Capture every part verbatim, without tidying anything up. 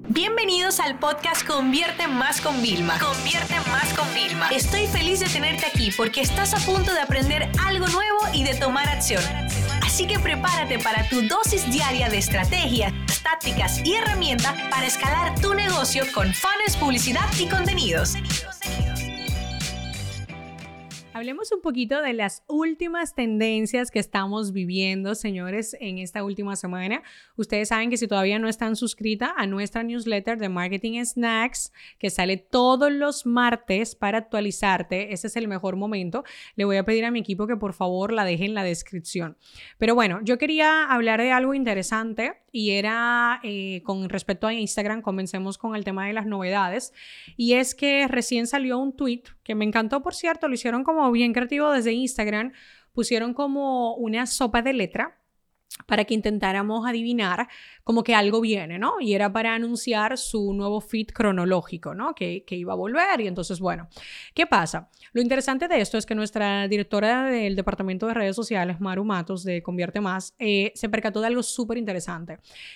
Bienvenidos al podcast Convierte Más con Vilma. Convierte Más con Vilma. Estoy feliz de tenerte aquí porque estás a punto de aprender algo nuevo y de tomar acción. Así que prepárate para tu dosis diaria de estrategias, tácticas y herramientas para escalar tu negocio con funnels, publicidad y contenidos. Hablemos un poquito de las últimas tendencias que estamos viviendo, señores, en esta última semana. Ustedes saben que si todavía no están suscritas a nuestra newsletter de Marketing Snacks, que sale todos los martes para actualizarte, ese es el mejor momento. Le voy a pedir a mi equipo que por favor la deje en la descripción. Pero bueno, yo quería hablar de algo interesante y era eh, con respecto a Instagram. Comencemos con el tema de las novedades. Y es que recién salió un tweet que me encantó, por cierto, lo hicieron como bien creativo desde Instagram, pusieron como una sopa de letra para que intentáramos adivinar como que algo viene, ¿no? Y era para anunciar su nuevo feed cronológico, ¿no? Que, que iba a volver y entonces, bueno, ¿qué pasa? Lo interesante de esto es que nuestra directora del departamento de redes sociales, Maru Matos, de Convierte Más, eh, se percató de algo súper interesante.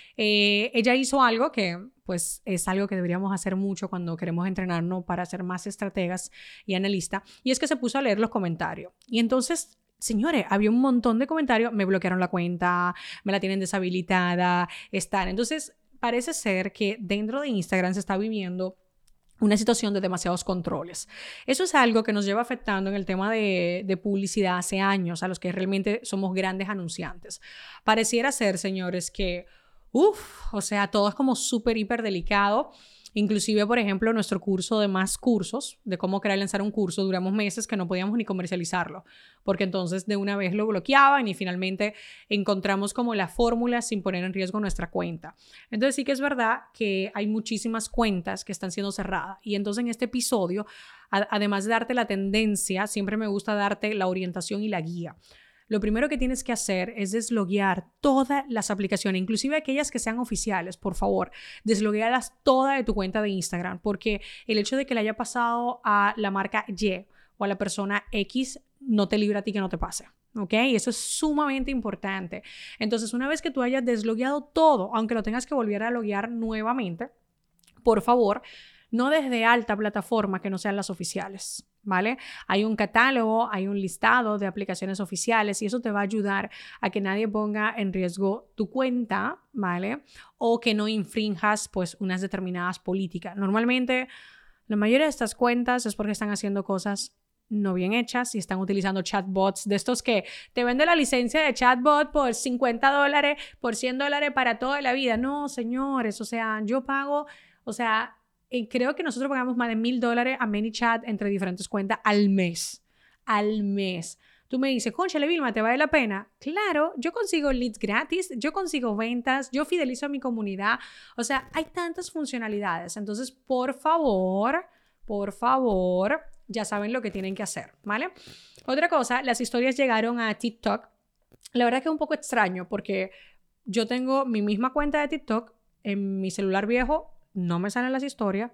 Eh, ella hizo algo que, pues, es algo que deberíamos hacer mucho cuando queremos entrenarnos para ser más estrategas y analistas, y es que se puso a leer los comentarios. Y entonces, señores, había un montón de comentarios, me bloquearon la cuenta, me la tienen deshabilitada, están. Entonces, parece ser que dentro de Instagram se está viviendo una situación de demasiados controles. Eso es algo que nos lleva afectando en el tema de, de publicidad hace años, a los que realmente somos grandes anunciantes. Pareciera ser, señores, que, uff, o sea, todo es como súper, hiper delicado. Inclusive, por ejemplo, nuestro curso de más cursos, de cómo crear y lanzar un curso, duramos meses que no podíamos ni comercializarlo, porque entonces de una vez lo bloqueaban y finalmente encontramos como la fórmula sin poner en riesgo nuestra cuenta. Entonces sí que es verdad que hay muchísimas cuentas que están siendo cerradas. Y entonces en este episodio, a- además de darte la tendencia, siempre me gusta darte la orientación y la guía. Lo primero que tienes que hacer es desloguear todas las aplicaciones, inclusive aquellas que sean oficiales, por favor, desloguealas todas de tu cuenta de Instagram, porque el hecho de que le haya pasado a la marca Y o a la persona X no te libra a ti que no te pase. ¿Ok? Eso es sumamente importante. Entonces, una vez que tú hayas deslogueado todo, aunque lo tengas que volver a loguear nuevamente, por favor, no desde alta plataforma que no sean las oficiales, ¿vale? Hay un catálogo, hay un listado de aplicaciones oficiales y eso te va a ayudar a que nadie ponga en riesgo tu cuenta, ¿vale? O que no infrinjas, pues, unas determinadas políticas. Normalmente, la mayoría de estas cuentas es porque están haciendo cosas no bien hechas y están utilizando chatbots de estos que te venden la licencia de chatbot por cincuenta dólares, por cien dólares para toda la vida. No, señores, o sea, yo pago, o sea... Y creo que nosotros pagamos más de mil dólares a ManyChat entre diferentes cuentas al mes. Al mes. Tú me dices, cónchale, Vilma, ¿te vale la pena? Claro, yo consigo leads gratis, yo consigo ventas, yo fidelizo a mi comunidad. O sea, hay tantas funcionalidades. Entonces, por favor, por favor, ya saben lo que tienen que hacer, ¿vale? Otra cosa, las historias llegaron a TikTok. La verdad que es un poco extraño porque yo tengo mi misma cuenta de TikTok en mi celular viejo. No me salen las historias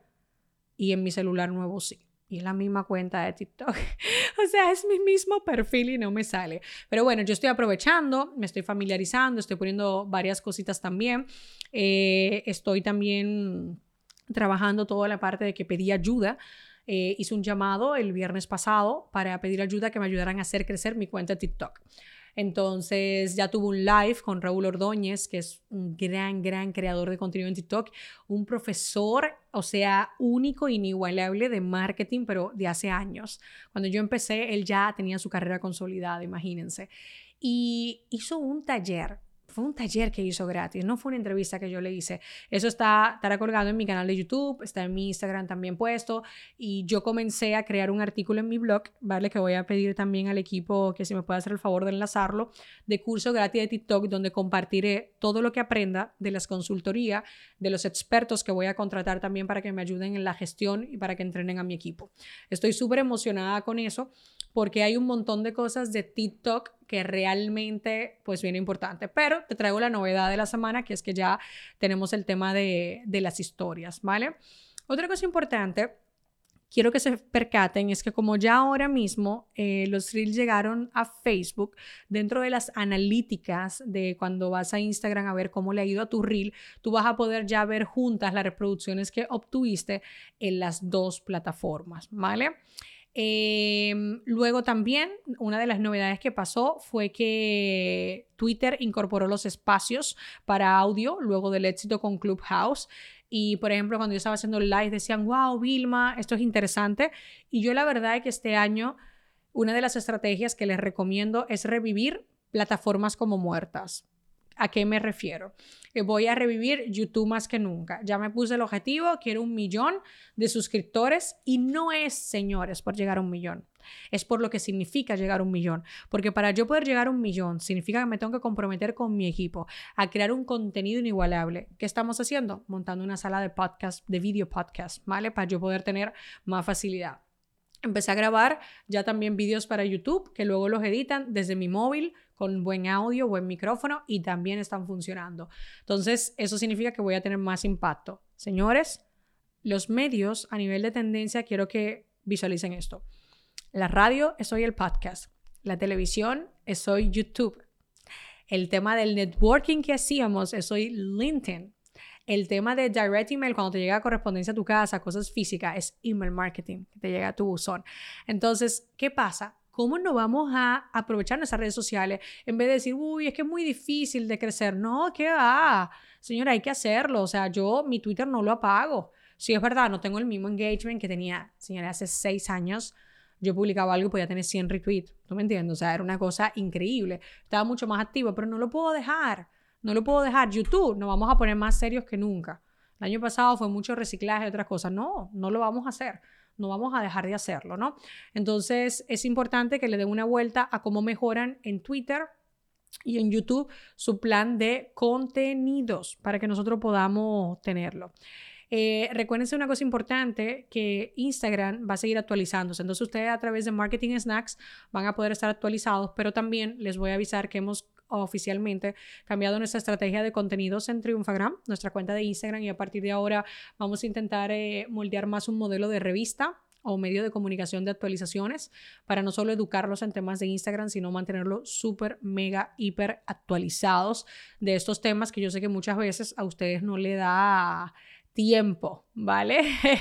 y en mi celular nuevo sí. Y es la misma cuenta de TikTok. O sea, es mi mismo perfil y no me sale. Pero bueno, yo estoy aprovechando, me estoy familiarizando, estoy poniendo varias cositas también. Eh, estoy también trabajando toda la parte de que pedí ayuda. Eh, hice un llamado el viernes pasado para pedir ayuda que me ayudaran a hacer crecer mi cuenta de TikTok. Entonces ya tuve un live con Raúl Ordóñez, que es un gran, gran creador de contenido en TikTok, un profesor, o sea, único, inigualable de marketing, pero de hace años. Cuando yo empecé, él ya tenía su carrera consolidada, imagínense. Y hizo un taller. Fue un taller que hizo gratis, no fue una entrevista que yo le hice. Eso está, estará colgado en mi canal de YouTube, está en mi Instagram también puesto. Y yo comencé a crear un artículo en mi blog, ¿vale? Que voy a pedir también al equipo que si me puede hacer el favor de enlazarlo, de curso gratis de TikTok, donde compartiré todo lo que aprenda de las consultorías, de los expertos que voy a contratar también para que me ayuden en la gestión y para que entrenen a mi equipo. Estoy súper emocionada con eso porque hay un montón de cosas de TikTok que realmente pues viene importante. Pero te traigo la novedad de la semana, que es que ya tenemos el tema de, de las historias, ¿vale? Otra cosa importante quiero que se percaten es que como ya ahora mismo eh, los Reels llegaron a Facebook, dentro de las analíticas de cuando vas a Instagram a ver cómo le ha ido a tu Reel, tú vas a poder ya ver juntas las reproducciones que obtuviste en las dos plataformas, ¿vale? Eh, luego también una de las novedades que pasó fue que Twitter incorporó los espacios para audio luego del éxito con Clubhouse. Y, por ejemplo, cuando yo estaba haciendo live decían, wow, Vilma, esto es interesante. Y yo la verdad es que este año una de las estrategias que les recomiendo es revivir plataformas como muertas. ¿A qué me refiero? Eh, voy a revivir YouTube más que nunca. Ya me puse el objetivo, quiero un millón de suscriptores y no es, señores, por llegar a un millón. Es por lo que significa llegar a un millón. Porque para yo poder llegar a un millón significa que me tengo que comprometer con mi equipo a crear un contenido inigualable. ¿Qué estamos haciendo? Montando una sala de podcast, de video podcast, ¿vale? Para yo poder tener más facilidad. Empecé a grabar ya también vídeos para YouTube que luego los editan desde mi móvil con buen audio, buen micrófono y también están funcionando. Entonces, eso significa que voy a tener más impacto. Señores, los medios a nivel de tendencia, quiero que visualicen esto. La radio es hoy el podcast. La televisión es hoy YouTube. El tema del networking que hacíamos es hoy LinkedIn. El tema de direct email, cuando te llega correspondencia a tu casa, cosas físicas, es email marketing, que te llega a tu buzón. Entonces, ¿qué pasa? ¿Cómo no vamos a aprovechar nuestras redes sociales en vez de decir, uy, es que es muy difícil de crecer? No, ¿qué va? Señora, hay que hacerlo. O sea, yo mi Twitter no lo apago. Sí, es verdad, no tengo el mismo engagement que tenía, señora, hace seis años. Yo publicaba algo y podía tener cien retweets. ¿Tú me entiendes? O sea, era una cosa increíble. Estaba mucho más activo, pero no lo puedo dejar. No lo puedo dejar. YouTube, nos vamos a poner más serios que nunca. El año pasado fue mucho reciclaje y otras cosas. No, no lo vamos a hacer. No vamos a dejar de hacerlo, ¿no? Entonces, es importante que le den una vuelta a cómo mejoran en Twitter y en YouTube su plan de contenidos para que nosotros podamos tenerlo. Eh, recuérdense una cosa importante, que Instagram va a seguir actualizándose. Entonces, ustedes a través de Marketing Snacks van a poder estar actualizados, pero también les voy a avisar que hemos oficialmente cambiado nuestra estrategia de contenidos en Triunfagram, nuestra cuenta de Instagram, y a partir de ahora vamos a intentar eh, moldear más un modelo de revista o medio de comunicación de actualizaciones para no solo educarlos en temas de Instagram, sino mantenerlos súper, mega, hiper actualizados de estos temas que yo sé que muchas veces a ustedes no le da tiempo, ¿vale?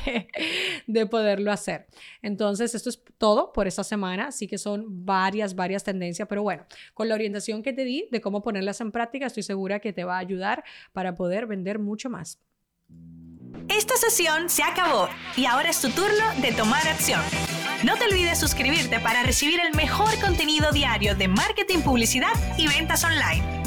de poderlo hacer. Entonces, esto es todo por esta semana, así que son varias, varias tendencias, pero bueno, con la orientación que te di de cómo ponerlas en práctica, estoy segura que te va a ayudar para poder vender mucho más. Esta sesión se acabó y ahora es tu turno de tomar acción. No te olvides suscribirte para recibir el mejor contenido diario de marketing, publicidad y ventas online.